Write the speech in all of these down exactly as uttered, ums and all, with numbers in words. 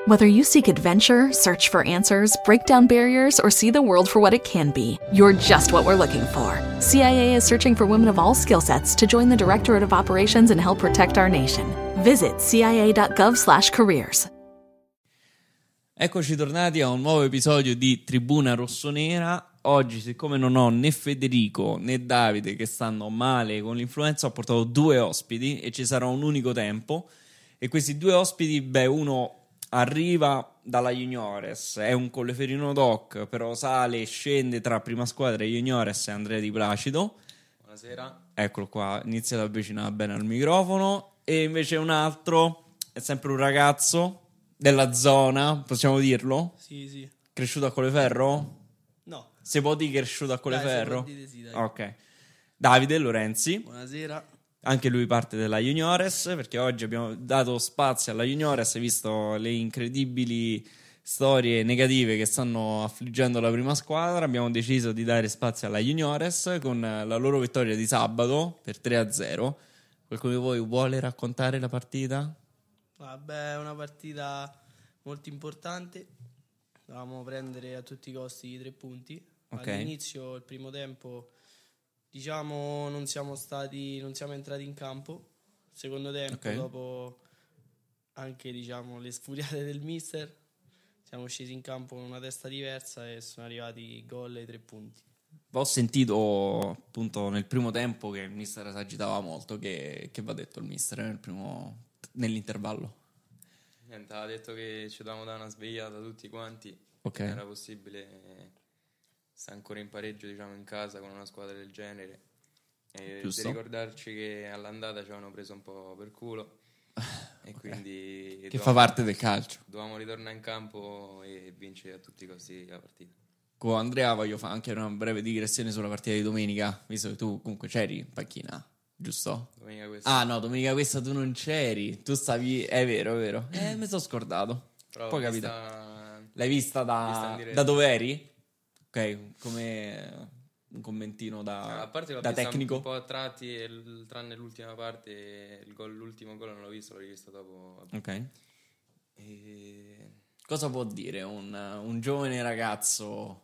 Whether you seek adventure, search for answers, break down barriers, or see the world for what it can be, you're just what we're looking for. C I A is searching for women of all skill sets to join the Directorate of Operations and help protect our nation. Visit C I A dot gov slash careers. Eccoci tornati a un nuovo episodio di Tribuna Rossonera. Oggi, siccome non ho né Federico né Davide che stanno male con l'influenza, ho portato due ospiti e ci sarà un unico tempo. E questi due ospiti, beh, uno arriva dalla Juniores, è un colleferino doc, però sale e scende tra prima squadra e Juniores e Andrea Di Placido. Buonasera. Eccolo qua, inizia ad avvicinare bene al microfono. E invece un altro è sempre un ragazzo della zona, possiamo dirlo? Sì, sì. Cresciuto a Colleferro? No. Si può dire che è cresciuto a Colleferro? Dai, si può dire sì, dai. Ok. Davide Lorenzi. Buonasera. Anche lui parte della Juniores, perché oggi abbiamo dato spazio alla Juniores, visto le incredibili storie negative che stanno affliggendo la prima squadra. Abbiamo deciso di dare spazio alla Juniores con la loro vittoria di sabato per tre a zero. Qualcuno di voi vuole raccontare la partita? Vabbè, è una partita molto importante. Dovevamo prendere a tutti i costi i tre punti. Okay. All'inizio, il primo tempo, diciamo, non siamo stati, non siamo entrati in campo. Secondo tempo, Okay. dopo anche, diciamo, le sfuriate del mister, siamo scesi in campo con una testa diversa e sono arrivati i gol e i tre punti. Ho sentito appunto nel primo tempo che il mister si agitava molto. Che, che va detto il mister nel primo, nell'intervallo? Niente, aveva detto che ci dovevamo dare una svegliata tutti quanti. Ok. Non era possibile stare ancora in pareggio, diciamo, in casa con una squadra del genere. E Giusto. di ricordarci che all'andata ci avevano preso un po' per culo. E Ok. quindi Che fa dovevamo- parte del calcio. Dovevamo ritornare in campo e vincere a tutti i costi la partita. Con Andrea voglio fare anche una breve digressione sulla partita di domenica, visto che tu comunque c'eri in panchina, giusto? Domenica questa. Ah no, domenica questa tu non c'eri, tu stavi... È vero, è vero. Eh, mi sono scordato. Però Poi l'ho capita. vista- L'hai vista vista da... in diretta. da dove eri? Ok, come un commentino da, A parte l'ho da vista tecnico. un po' a tratti, e l- tranne l'ultima parte, il gol- l'ultimo gol non l'ho visto, l'ho visto dopo. Ok. E Cosa può dire un, un giovane ragazzo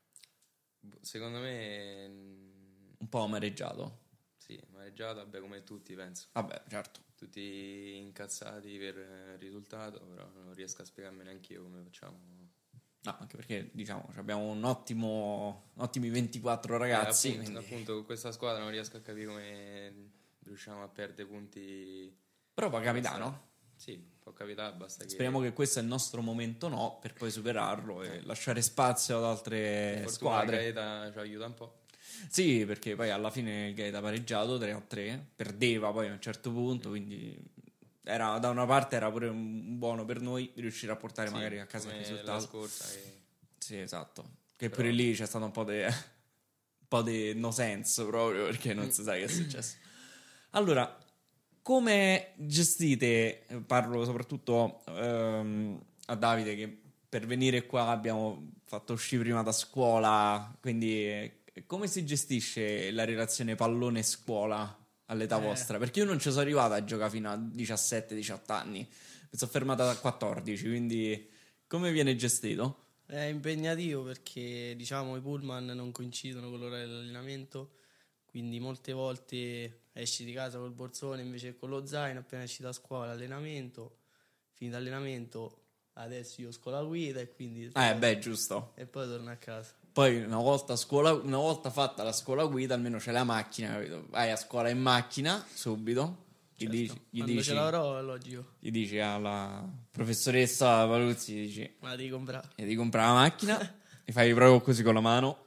secondo me mm, un po' amareggiato? sì, mareggiato, vabbè, come tutti penso. Vabbè, certo. Tutti incazzati per eh, il risultato, però non riesco a spiegarmi neanche io come facciamo. No, anche perché diciamo abbiamo un ottimo ottimi ventiquattro ragazzi, Eh, appunto, quindi- appunto con questa squadra non riesco a capire come riusciamo a perdere punti. però può capitare, no? Sì, può capitare, basta che Speriamo che questo è il nostro momento, no, per poi superarlo e lasciare spazio ad per altre fortuna squadre. Gaeta ci aiuta un po'. Sì, perché poi alla fine il Gaeta ha pareggiato tre a tre, perdeva poi a un certo punto, quindi era, da una parte era pure un buono per noi riuscire a portare Sì, magari a casa il come la risultato. scorsa che- Sì, esatto. Che Però- pure lì c'è stato un po' di un po' di no sense proprio, perché non si sa che è successo. Allora, come gestite, eh, parlo soprattutto ehm, a Davide, che per venire qua abbiamo fatto uscire prima da scuola, quindi eh, come si gestisce la relazione pallone-scuola all'età Eh. vostra? Perché io non ci sono arrivato a giocare fino a diciassette diciotto anni, mi sono fermata a quattordici, quindi come viene gestito? È impegnativo perché, diciamo, i pullman non coincidono con l'ora dell'allenamento, quindi molte volte esci di casa col borsone invece che con lo zaino. Appena esci da scuola, allenamento, finito allenamento, adesso io ho scuola guida e quindi Eh beh, giusto. e poi torno a casa. Poi una volta, a scuola, una volta fatta la scuola guida, almeno c'è la macchina, capito? Vai a scuola in macchina subito, gli Certo, dici, gli quando dici, ce l'avrò è logico, gli dici alla professoressa Paluzzi, gli dici ma la devi comprare. e di comprare la macchina e fai proprio così con la mano.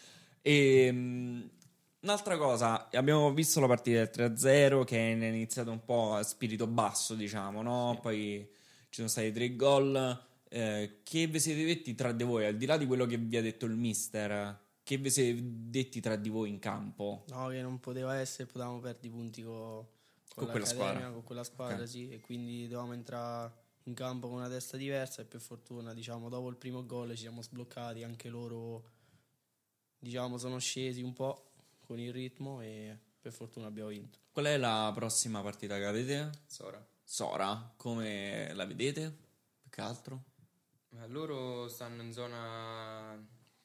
E mh, un'altra cosa, abbiamo visto la partita del tre a zero che è iniziata un po' a spirito basso, diciamo, no? Poi ci sono stati tre gol. Eh, che vi siete detti tra di voi, al di là di quello che vi ha detto il mister, che vi siete detti tra di voi in campo? No, che non poteva essere, potevamo perdere i punti co- Con quella l'accademia, squadra. con quella squadra, Ok. sì, e quindi dovevamo entrare in campo con una testa diversa e per fortuna, diciamo, dopo il primo gol ci siamo sbloccati, anche loro, diciamo, sono scesi un po' con il ritmo e per fortuna abbiamo vinto. Qual è la prossima partita che avete? Sora. Sora, come la vedete? che altro? Ma loro stanno in zona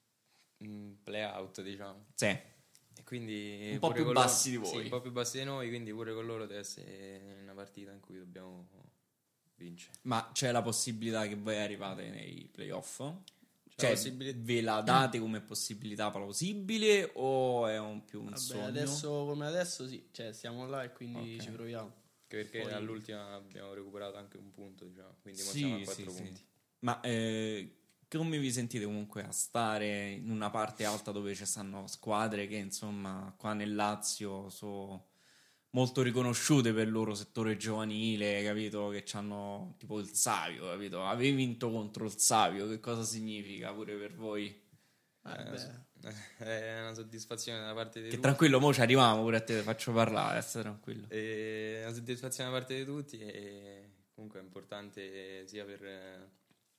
mh, play-out, diciamo. Sì. E quindi Un po' pure più con bassi loro, di voi. Sì, un po' più bassi di noi, quindi pure con loro deve essere una partita in cui dobbiamo vincere. Ma c'è la possibilità che voi arrivate nei playoff? C'è Cioè, la possibilità- ve la date come possibilità plausibile o è un più un Vabbè, sogno? adesso come adesso sì, cioè stiamo là e quindi Ok. ci proviamo. Anche perché Poi- all'ultima abbiamo recuperato anche un punto, diciamo, quindi mo Sì, siamo a sì, quattro sì. punti. Ma eh, come vi sentite comunque a stare in una parte alta dove ci stanno squadre che insomma qua nel Lazio sono molto riconosciute per il loro settore giovanile, capito? Che hanno tipo il Savio, capito? Avevi vinto contro il Savio, che cosa significa pure per voi? Eh, Eh, beh, È una soddisfazione da parte di Che tutti. tranquillo, mo ci arriviamo, pure a te faccio parlare, stai tranquillo. È una soddisfazione da parte di tutti e comunque è importante sia per eh,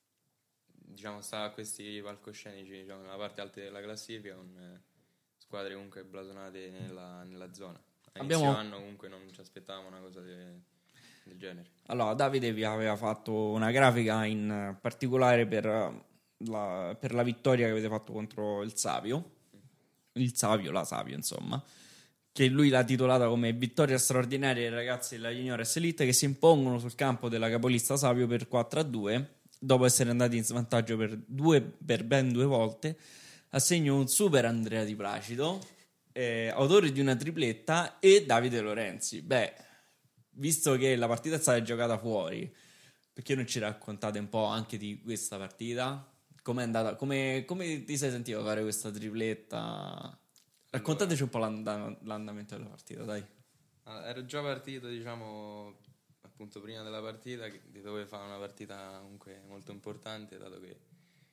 diciamo stare a questi palcoscenici, diciamo, nella parte alta della classifica con eh, squadre comunque blasonate nella, nella zona. A Abbiamo- inizio anno comunque non ci aspettavamo una cosa de- del genere. Allora, Davide vi aveva fatto una grafica in particolare per la, per la vittoria che avete fatto contro il Savio, il Savio, la Savio, insomma, che lui l'ha titolata come vittoria straordinaria dei ragazzi della Juniores Elite che si impongono sul campo della capolista Savio per quattro a due, dopo essere andati in svantaggio per, due, per ben due volte, a segno un super Andrea Di Placido, eh, autore di una tripletta, e Davide Lorenzi. Beh, visto che la partita è stata giocata fuori, perché non ci raccontate un po' anche di questa partita? Com'è andata? Come, come ti sei sentito fare questa tripletta? Raccontateci un po' l'anda- l'andamento della partita, dai. Ah, ero già partito, diciamo, appunto prima della partita, che di dove fare una partita comunque molto importante, dato che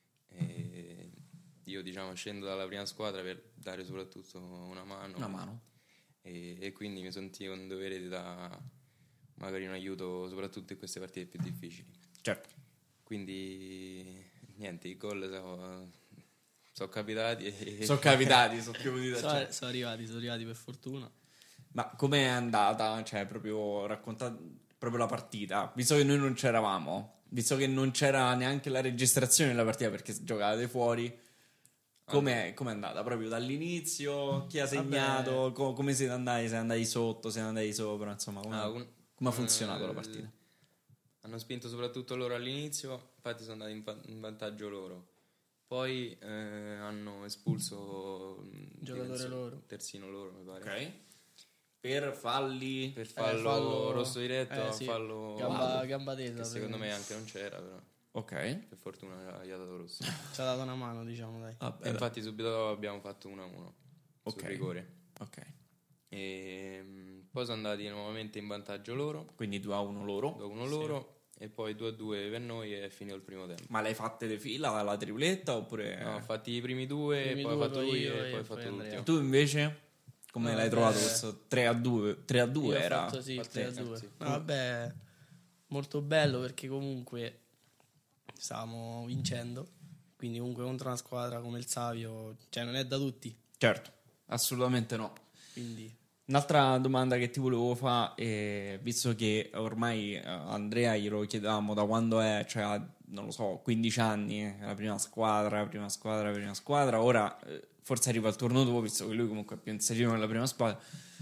eh, io, diciamo, scendo dalla prima squadra per dare soprattutto una mano. Una mano. E, e quindi mi sentivo in dovere di dare magari un aiuto soprattutto in queste partite più difficili. Certo. Quindi niente, i gol sono, sono capitati e Sono capitati, sono piovuti da sono, cielo. sono arrivati, sono arrivati per fortuna. Ma com'è andata? Cioè, proprio raccontate proprio la partita, visto che noi non c'eravamo, visto che non c'era neanche la registrazione della partita perché giocavate fuori. Com'è, com'è andata? Proprio dall'inizio? Chi ha segnato? Co- come siete andati? Siete andati sotto? Siete andati sopra? Insomma, come, Ah, un- come ha funzionato eh, la partita? Hanno spinto soprattutto loro all'inizio, infatti sono andati in, va- in vantaggio loro. Poi eh, hanno espulso il Giocatore difensore- loro. terzino loro, mi pare. Ok. Per falli... Per fallo, fallo- rosso diretto, eh, sì. fallo Gamba, gamba tesa. che secondo me per- anche non c'era, però Ok. per fortuna gli ha dato rosso. Ci ha dato una mano, diciamo, dai. Vabbè, E infatti subito dopo abbiamo fatto uno a uno Ok. sul rigore. ok. E mm, poi sono andati nuovamente in vantaggio loro, Quindi due a uno loro. due a uno loro, e poi due a due per noi e è finito il primo tempo. Ma l'hai fatte le fila la tripletta oppure... No, ho fatti i primi due, Primi poi ho due, fatto poi lui io e e poi ho poi fatto Andrea. l'ultimo. Tu invece? Come No, l'hai vabbè. trovato questo tre a due? tre a due Io ho era... fatto, sì, il Fatto- tre a eh, due. sì. No, vabbè, molto bello perché comunque stavamo vincendo, quindi comunque contro una squadra come il Savio, cioè non è da tutti, Certo, assolutamente no. quindi Un'altra domanda che ti volevo fare, eh, visto che ormai eh, Andrea glielo chiedevamo da quando è, cioè ha, non lo so, quindici anni, eh, la prima squadra, la prima squadra, la prima squadra, ora eh, forse arriva il turno tuo, visto che lui comunque è più inserito nella prima squadra.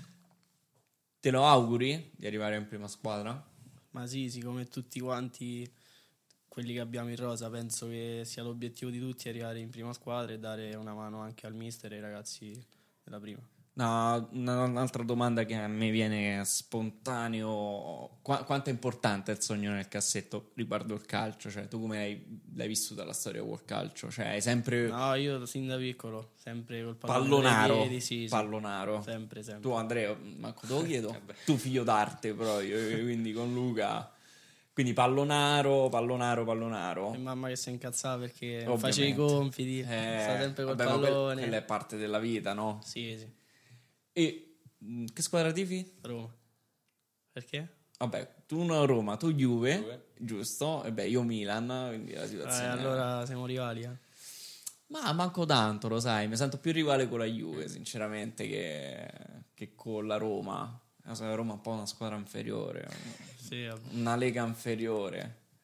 Te lo auguri di arrivare in prima squadra? ma sì, siccome tutti quanti quelli che abbiamo in rosa, penso che sia l'obiettivo di tutti arrivare in prima squadra e dare una mano anche al mister e ai ragazzi della prima. No, una- un'altra domanda che a me viene spontaneo: Qua- quanto è importante il sogno nel cassetto riguardo il calcio? Cioè, tu come l'hai, l'hai vissuta la storia col calcio? Cioè, hai sempre No, io sin da piccolo, sempre col pallone pallonaro, nei piedi, sì, sì. pallonaro. Sempre, sempre. Tu, Andrea, manco te lo chiedo. Tu figlio d'arte proprio, eh, quindi con Luca. Quindi pallonaro, pallonaro, pallonaro. E mamma che si incazzava perché Ovviamente. facevi i compiti, Eh, sta sempre col vabbè, ma quel- pallone. quella è parte della vita, no? Sì, sì, E mh, che squadra tifi? Roma. Perché? Vabbè, tu una Roma, tu Juve, Juve. giusto? E beh, io Milan, quindi la Eh, situazione... allora siamo rivali, eh. Ma manco tanto, lo sai, mi sento più rivale con la Juve, sinceramente, che, che con la Roma. La Roma è un po' una squadra inferiore, Sì, vabbè. una lega inferiore.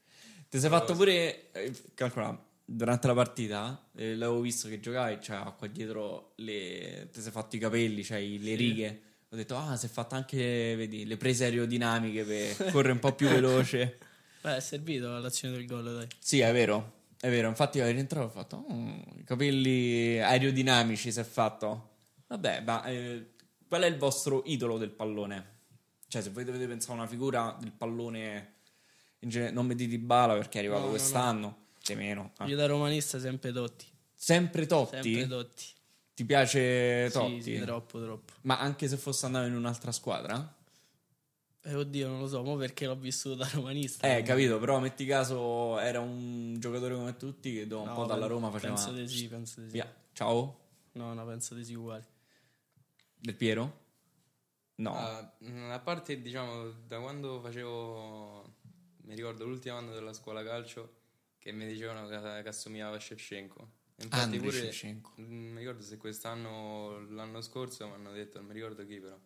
Ti sei fatto pure, eh, calcola, durante la partita, eh, l'avevo visto che giocavi, c'era qua dietro le, ti sei fatto i capelli, c'hai le righe. Ho detto, ah, si è fatta anche, vedi, le prese aerodinamiche per correre un po' più veloce. Beh, è servito all'azione del gol, dai. Sì, è vero, è vero. Infatti io rientrato e ho fatto, oh, i capelli aerodinamici si è fatto. Vabbè, ma eh, qual è il vostro idolo del pallone? Cioè, se voi dovete pensare a una figura del pallone, in genere, non metti Dybala perché è arrivato No, no, quest'anno, te meno. Ah. Io da romanista sempre Totti. Sempre Totti? Sempre Totti. Ti piace Totti? Sì, sì, troppo, troppo. Ma anche se fosse andato in un'altra squadra? Eh, oddio, non lo so, mo perché l'ho vissuto da romanista. Eh, capito, però metti caso era un giocatore come tutti che dopo un No, po' dalla pen- Roma faceva... Penso di sì, penso di sì. Via, ciao? No, no, penso di sì uguali. Del Piero? No. Ah, a parte, diciamo, da quando facevo, mi ricordo l'ultimo anno della scuola calcio, che mi dicevano che, che assomigliava a Shevchenko. E infatti Andriy pure, Shevchenko. non mi ricordo se quest'anno, l'anno scorso mi hanno detto, non mi ricordo chi però.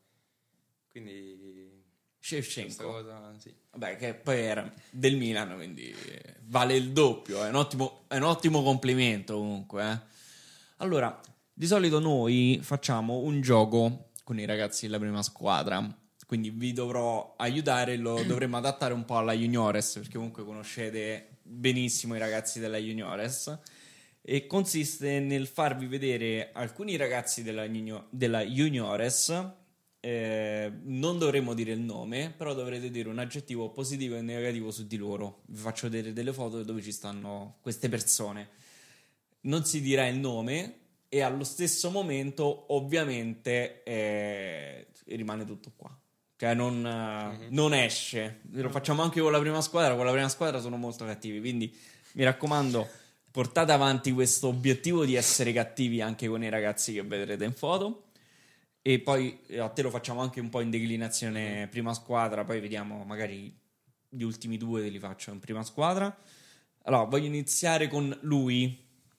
Quindi questa Shevchenko. cosa, sì. Vabbè, che poi era del Milan, quindi eh, vale il doppio. È un ottimo, è un ottimo complimento comunque. Eh. Allora, di solito noi facciamo un gioco con i ragazzi della prima squadra, quindi vi dovrò aiutare, lo dovremmo adattare un po' alla Juniores, perché comunque conoscete benissimo i ragazzi della Juniores, e consiste nel farvi vedere alcuni ragazzi della, Junior- della Juniores. Eh, non dovremmo dire il nome, però dovrete dire un aggettivo positivo e negativo su di loro. Vi faccio vedere delle foto dove ci stanno queste persone. Non si dirà il nome e allo stesso momento ovviamente eh, rimane tutto qua, cioè non, mm-hmm. non esce. Lo facciamo anche con la prima squadra. Con la prima squadra sono molto cattivi, quindi mi raccomando, portate avanti questo obiettivo di essere cattivi anche con i ragazzi che vedrete in foto. E poi a te lo facciamo anche un po' in declinazione prima squadra, poi vediamo, magari gli ultimi due te li faccio in prima squadra. Allora, voglio iniziare con lui.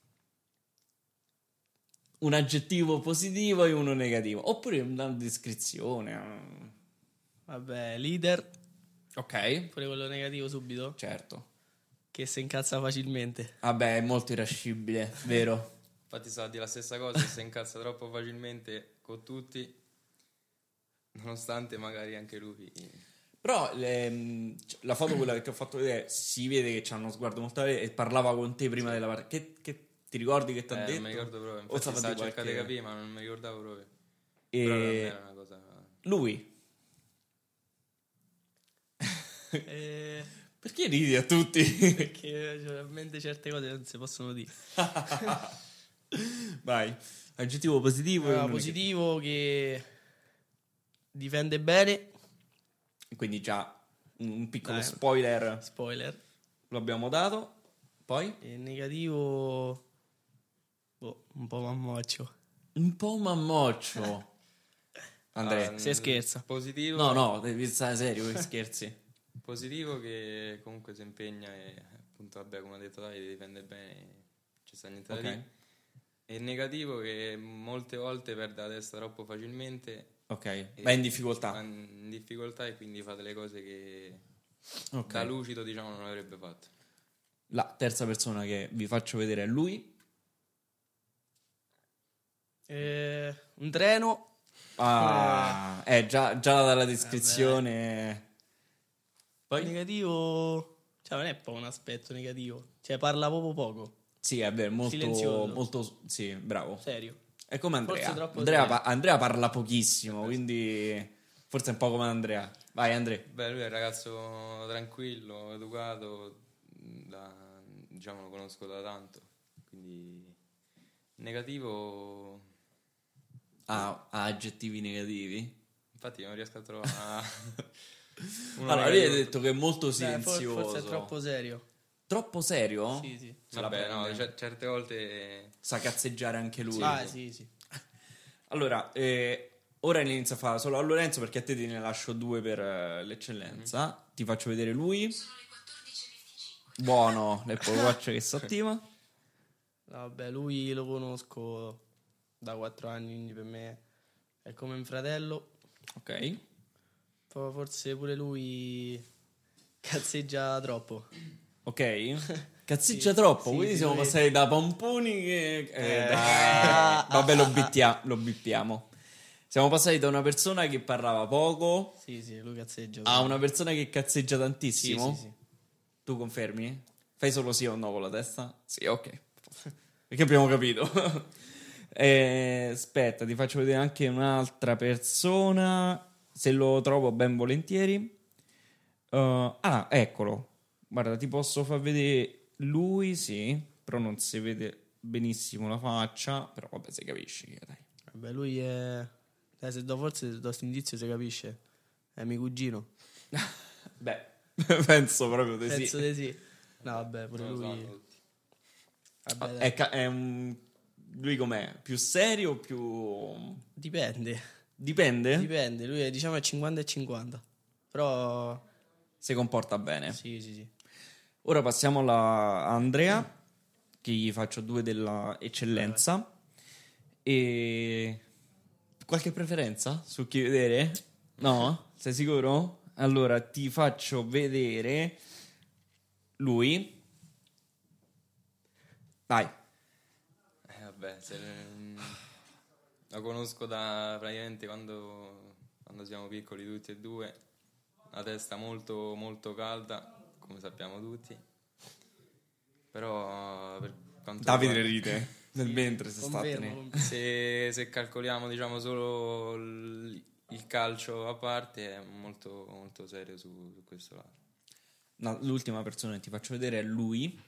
Un aggettivo positivo e uno negativo, oppure una descrizione. Vabbè, leader. Ok, Pure quello negativo subito. certo. Che si incazza facilmente. Vabbè, è molto irascibile, vero? Infatti sa di la stessa cosa, si incazza troppo facilmente con tutti, nonostante magari anche lui. Però le, la foto quella che ti ho fatto vedere si vede che c'ha uno sguardo molto e parlava con te prima della partita. Che, che ti ricordi che ti ha eh, detto? Non mi ricordo proprio, O infatti stava stavo di cercando di qualche- capire, ma non mi ricordavo proprio. E Però per me era una cosa... lui? Eh, Perché ridi a tutti? perché cioè, a mente certe cose non si possono dire. Vai, aggettivo positivo. e Allora, uno positivo che difende bene. negativo. Quindi già un piccolo Dai. spoiler Spoiler. lo abbiamo dato. Poi E negativo. Boh, un po' mammoccio. un po' mammoccio. Andrea. Ah, Se scherza. Positivo, No, no, devi stare serio, che scherzi. positivo che comunque si impegna e appunto, vabbè, come ha detto Davide, difende bene, ci sta niente da Ok. dire. E negativo che molte volte perde la testa troppo facilmente. Ok, e va in difficoltà. va in difficoltà e quindi fa delle cose che Ok. da lucido, diciamo, non avrebbe fatto. La terza persona che vi faccio vedere è lui. Eh, un treno. Ah, eh, già, già dalla descrizione. Poi? Negativo. Cioè, non è proprio un aspetto negativo. Cioè, parla proprio poco. Sì, è vero, molto, Silenzioso. molto, sì, bravo. Serio. È come Andrea. Forse troppo Andrea, serio. pa- Andrea parla pochissimo, quindi forse è un po' come Andrea. Vai, Andrea. Beh, lui è un ragazzo tranquillo, educato, da, diciamo lo conosco da tanto, quindi negativo, Ha ha aggettivi negativi? infatti non riesco a trovare uno Allora, lui ha negativo. detto che è molto Beh, for- silenzioso. forse è troppo serio. Troppo serio? Sì, sì. Se la Vabbè, no, prende. cer- certe volte Sa cazzeggiare anche lui. Ah, sì, sì. Allora, eh, ora ne inizio a fare solo a Lorenzo perché a te te ne lascio due per eh, l'eccellenza. Mhm. Ti faccio vedere lui. Buono, l'Apple Watch che si attiva. Vabbè, lui lo conosco da quattro anni, quindi per me è come un fratello. Ok. Poi forse pure lui cazzeggia troppo. ok? Cazzeggia Sì, troppo, sì, quindi sì, siamo lui- passati da Pamponi che... eh, Eh. da- Vabbè, lo, bittia- lo bippiamo. Siamo passati da una persona che parlava poco Sì, sì, lui cazzeggia. a una persona che cazzeggia Sì, tantissimo. sì, sì. Tu confermi? Fai solo sì o no con la testa? Sì, ok. Perché abbiamo capito. Eh, aspetta, ti faccio vedere anche un'altra persona, se lo trovo ben volentieri. Uh, ah, eccolo. Guarda, ti posso far vedere lui, sì, però non si vede benissimo la faccia, però vabbè, si capisce che dai. Vabbè, lui è... Dai, se do forse do questo indizio si capisce. È mio cugino. Beh, penso proprio di Penso sì. di sì. No, vabbè, pure Non lo lui... sanno tutti. Vabbè, Ah, dai. è, ca- è un... Lui com'è? Più serio o più... Dipende. Dipende? Dipende, lui è diciamo è cinquanta e cinquanta. Però... Si comporta bene. Sì, sì, sì. Ora passiamo alla a Andrea, che gli faccio due della eccellenza. E qualche preferenza su chi vedere? No? Sei sicuro? Allora ti faccio vedere lui. Vai. Eh, vabbè, se, mm, lo conosco da praticamente quando, quando siamo piccoli tutti e due. La testa molto molto calda, come sappiamo tutti. Però per quanto Davide riguarda- ride nel mentre si sta Confermo, tenendo. confermo. se, se calcoliamo diciamo solo il, il calcio a parte, è molto molto serio su, su questo lato. No, l'ultima persona che ti faccio vedere è lui.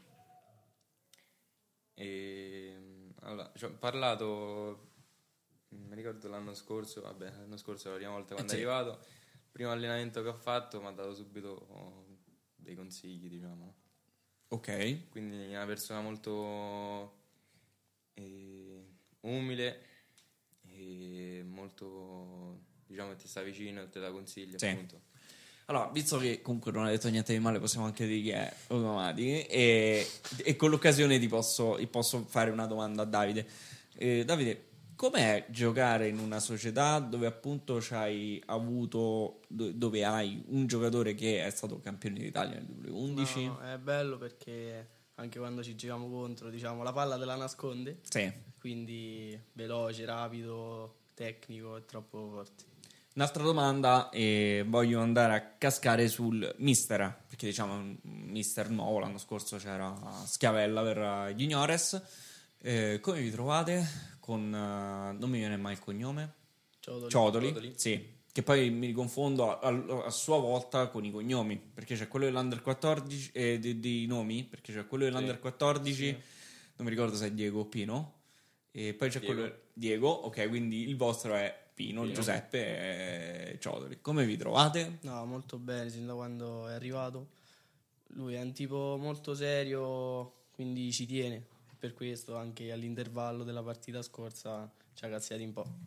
E allora, ci ho parlato, mi ricordo l'anno scorso, vabbè, l'anno scorso la prima volta quando Eh, è sì. arrivato, il primo allenamento che ho fatto mi ha dato subito dei consigli, diciamo. Ok. Quindi è una persona molto eh, umile e molto, diciamo, che ti sta vicino e te dà consigli, Sì. appunto. Allora, visto che comunque non ha detto niente di male, possiamo anche dire che è automatico. E, e con l'occasione ti posso, ti posso fare una domanda a Davide. Eh, Davide, com'è giocare in una società dove appunto c'hai avuto, do- dove hai un giocatore che è stato campione d'Italia nel duemilaundici? No, è bello perché anche quando ci giochiamo contro, diciamo, la palla te la nasconde. Sì. Quindi veloce, rapido, tecnico, è troppo forte. Un'altra domanda, e voglio andare a cascare sul mister, perché diciamo un mister nuovo, l'anno scorso c'era Schiavella per gli juniores. Eh, come vi trovate con, eh, non mi viene mai il cognome? Ciodoli. Ciodoli, Ciodoli. sì, che poi mi riconfondo a, a- a sua volta con i cognomi, perché c'è quello dell'Under quattordici, eh, di, di nomi, perché c'è quello dell'Under quattordici, non mi ricordo se è Diego o Pino, e poi c'è Diego. quello Diego, ok, quindi il vostro è Pino, Pino. Giuseppe e Ciodoli. Come vi trovate? No, molto bene, sin da quando è arrivato. Lui è un tipo molto serio, quindi ci tiene. Per questo anche all'intervallo della partita scorsa ci ha cazziati un po'.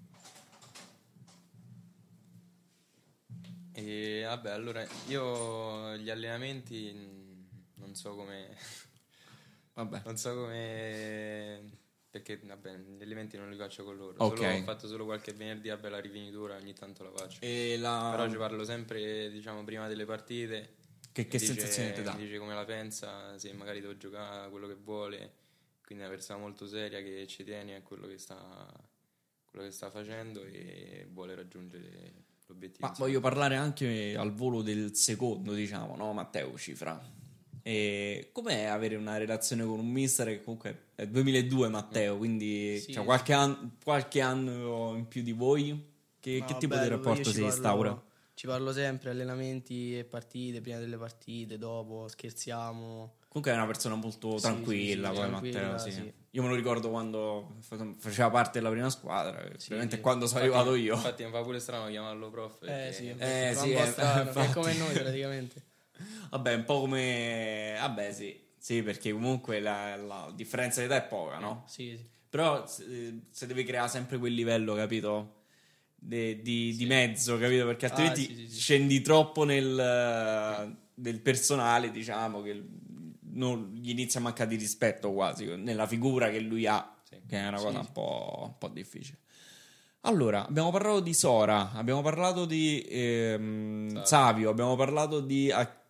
E vabbè, allora io gli allenamenti mh, non so come Vabbè, non so come perché vabbè, gli allenamenti non li faccio con loro. Ok. Solo, ho fatto solo qualche venerdì, vabbè, la rifinitura ogni tanto la faccio. e la... Però ci parlo sempre, diciamo, prima delle partite. che, che Mi dice- sensazione ti dà? Mi dice come la pensa, se magari devo giocare quello che vuole. Quindi è una persona molto seria che ci tiene a quello che sta, quello che sta facendo e vuole raggiungere l'obiettivo. Ma insomma. voglio parlare anche al volo del secondo, diciamo, no? Matteo Cifra. E com'è avere una relazione con un mister che comunque è duemiladue Matteo, quindi Sì. cioè, qualche, an- qualche anno in più di voi? Che, No, che tipo vabbè, di io rapporto ci si parlo- instaura? Ci parlo sempre, allenamenti e partite, prima delle partite, dopo, scherziamo. Comunque è una persona molto Sì, tranquilla, sì, sì, poi tranquilla, Matteo, sì. sì. Io me lo ricordo quando fa- faceva parte della prima squadra, veramente sì. quando sono Infatti- arrivato io. Infatti mi fa pure strano chiamarlo prof. Eh perché- sì, Eh, fa sì, un po' eh, strano, infatti. è come noi praticamente. Vabbè, un po' come... Vabbè, sì. Sì, perché comunque la, la differenza di età è poca, no? Sì, sì. Però se, se deve creare sempre quel livello, capito? De- di, di mezzo, capito? Perché altrimenti Ah, sì, sì, sì. scendi troppo nel, nel personale, diciamo, che non gli inizia a mancare di rispetto quasi, nella figura che lui ha, Sì. che è una Sì, cosa sì. un po', un po' difficile. Allora, abbiamo parlato di Sora, abbiamo parlato di ehm, Savio. Savio, abbiamo parlato di a-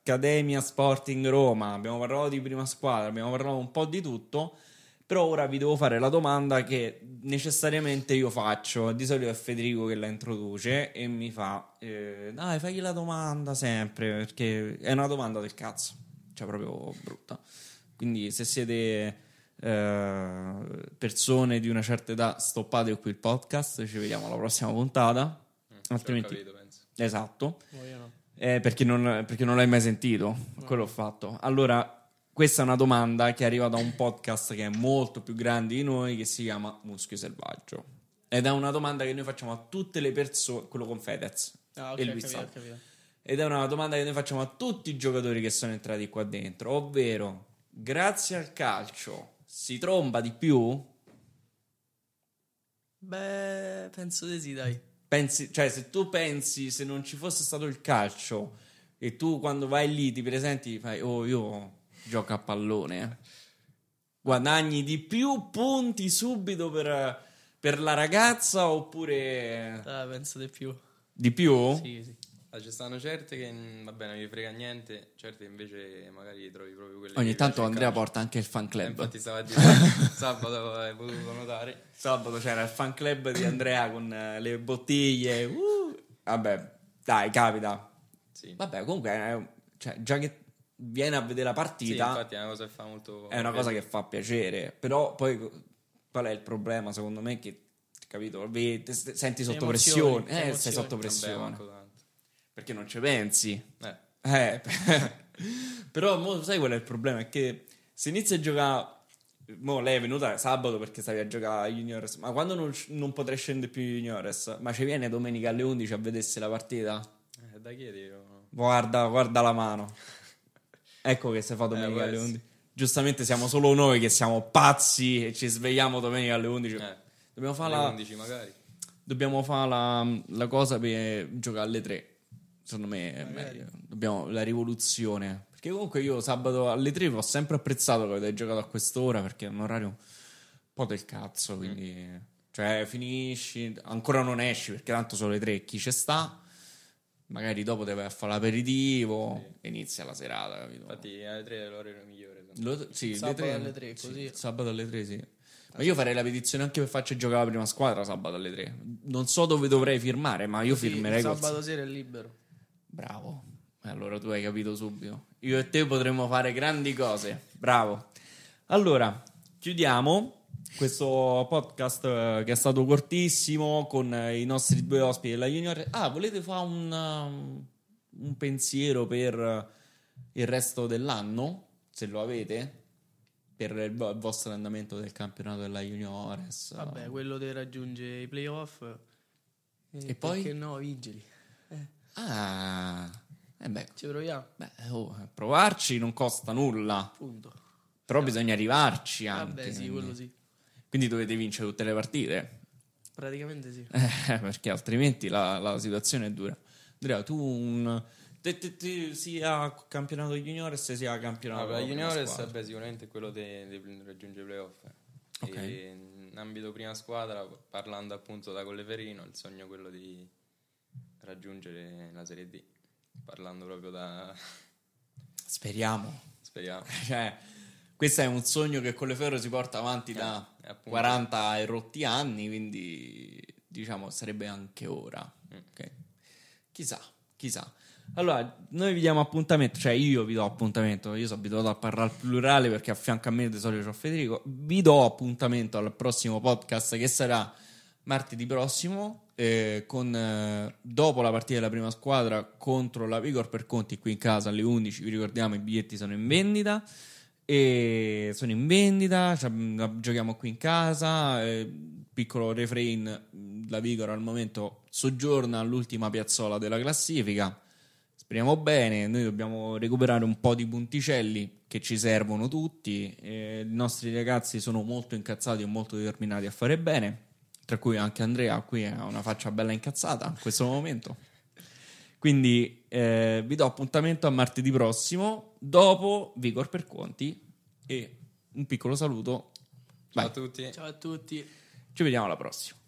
Accademia Sporting Roma, abbiamo parlato di prima squadra, abbiamo parlato un po' di tutto, però ora vi devo fare la domanda che necessariamente io faccio. Di solito è Federico che la introduce e mi fa eh, dai, fagli la domanda sempre, perché è una domanda del cazzo, cioè proprio brutta. Quindi se siete eh, persone di una certa età, stoppate qui il podcast, ci vediamo alla prossima puntata. Mm, altrimenti capito, penso. esatto. No, io no. Eh, perché, non, perché non l'hai mai sentito, No. quello ho fatto. Allora, questa è una domanda che arriva da un podcast che è molto più grande di noi, che si chiama Muschio Selvaggio. Ed è una domanda che noi facciamo a tutte le persone, quello con Fedez Ah, ok, e ho lui capito, sa. ho capito. Ed è una domanda che noi facciamo a tutti i giocatori che sono entrati qua dentro, ovvero, grazie al calcio si tromba di più? Beh, penso di sì, dai. Pensi, cioè, se tu pensi, se non ci fosse stato il calcio e tu quando vai lì ti presenti, fai, oh, io gioco a pallone, eh. Guadagni di più punti subito per, per la ragazza oppure Ah, penso di più. di più? Sì, sì. Ah, ci stanno certe che mm, vabbè non gli frega niente, certe invece magari trovi proprio quelle Ogni che tanto piace il Andrea calcio. porta anche il fan Eh, club. infatti stavo a dire sabato hai potuto notare. Sabato c'era il fan club di Andrea con eh, le bottiglie. Uh, vabbè, dai, capita. Sì. Vabbè, comunque, eh, cioè, già che viene a vedere la Sì, partita, infatti è una cosa che fa molto è una cosa che fa piacere. Però poi qual è il problema? Secondo me che, capito, vedi, te- te- senti sotto emozioni, pressione. ti Eh, emozioni. sei sotto Vabbè, pressione. manco tanto. Perché non ci pensi. Eh, Eh, però mo, sai qual è il problema? È che se inizi a giocare, mo lei è venuta sabato perché stavi a giocare a Juniores, ma quando non, non potrai scendere più in Juniores, ma ci viene domenica alle undici a vedersi la partita? eh, da chiedi io. Guarda, guarda la mano. Ecco che si fa domenica può alle essere. undici. Giustamente siamo solo noi che siamo pazzi e ci svegliamo domenica alle undici. Eh, Dobbiamo fare alle la, undici magari. dobbiamo fare la, la cosa per giocare alle tre. Secondo me è Magari. meglio. Dobbiamo la rivoluzione. Perché comunque io sabato alle tre ho sempre apprezzato che avete giocato a quest'ora, perché è un orario un po' del cazzo, quindi Mm. cioè finisci, ancora non esci perché tanto sono le tre, chi ci sta? Magari dopo deve fare l'aperitivo e inizia la serata, capito? Infatti alle tre è l'orario migliore. secondo me. Lo- sì, Sabato le tre, alle tre, sì, così. sabato alle tre, sì. Ma io farei la petizione anche per farci giocare la prima squadra sabato alle tre. Non so dove dovrei firmare, ma io Sì, firmerei col- sabato sera è libero. Bravo. E allora tu hai capito subito. Io e te potremmo fare grandi cose. Bravo. Allora, chiudiamo questo podcast eh, che è stato cortissimo con eh, i nostri due ospiti della Junior. Ah, volete fare un, um, un pensiero per eh, il resto dell'anno? Se lo avete? Per il, vo- il vostro andamento del campionato della Juniores. Vabbè, quello di raggiungere i playoff. E poi? Perché no, vigili. Ah, eh beh, Ci proviamo, beh, oh, provarci non costa nulla. punto. Però bisogna arrivarci anche. Vabbè, sì, quindi. quello sì. Quindi dovete vincere tutte le partite. Praticamente sì. Eh, perché altrimenti la, la situazione è dura. Andrea, tu un, te, te, te, sia campionato juniores sia campionato No, per la prima juniores squadra. vabbè, sicuramente è quello di raggiungere i playoff. eh. Ok. E in ambito prima squadra, parlando appunto da Colleferino, il sogno è quello di raggiungere la Serie D. Parlando proprio da... Speriamo. speriamo. Cioè, questo è un sogno che Colleferro si porta avanti da Eh, appunto. quaranta e rotti anni, quindi diciamo sarebbe anche ora. Mm. Ok. Chissà, chissà. Allora, noi vi diamo appuntamento, cioè io vi do appuntamento, io sono abituato a parlare al plurale perché a fianco a me di solito c'ho Federico, vi do appuntamento al prossimo podcast che sarà martedì prossimo, eh, con eh, dopo la partita della prima squadra contro la Vigor per Conti qui in casa alle undici, vi ricordiamo i biglietti sono in vendita, e sono in vendita, cioè, la giochiamo qui in casa, eh, piccolo refrain, la Vigor al momento soggiorna all'ultima piazzola della classifica. Speriamo bene, noi dobbiamo recuperare un po' di punticelli che ci servono tutti, eh, i nostri ragazzi sono molto incazzati e molto determinati a fare bene, tra cui anche Andrea, qui ha una faccia bella incazzata in questo momento. Quindi eh, vi do appuntamento a martedì prossimo, dopo Vigor per Conti, e un piccolo saluto. Ciao Vai, a tutti. Ciao a tutti. ci vediamo alla prossima.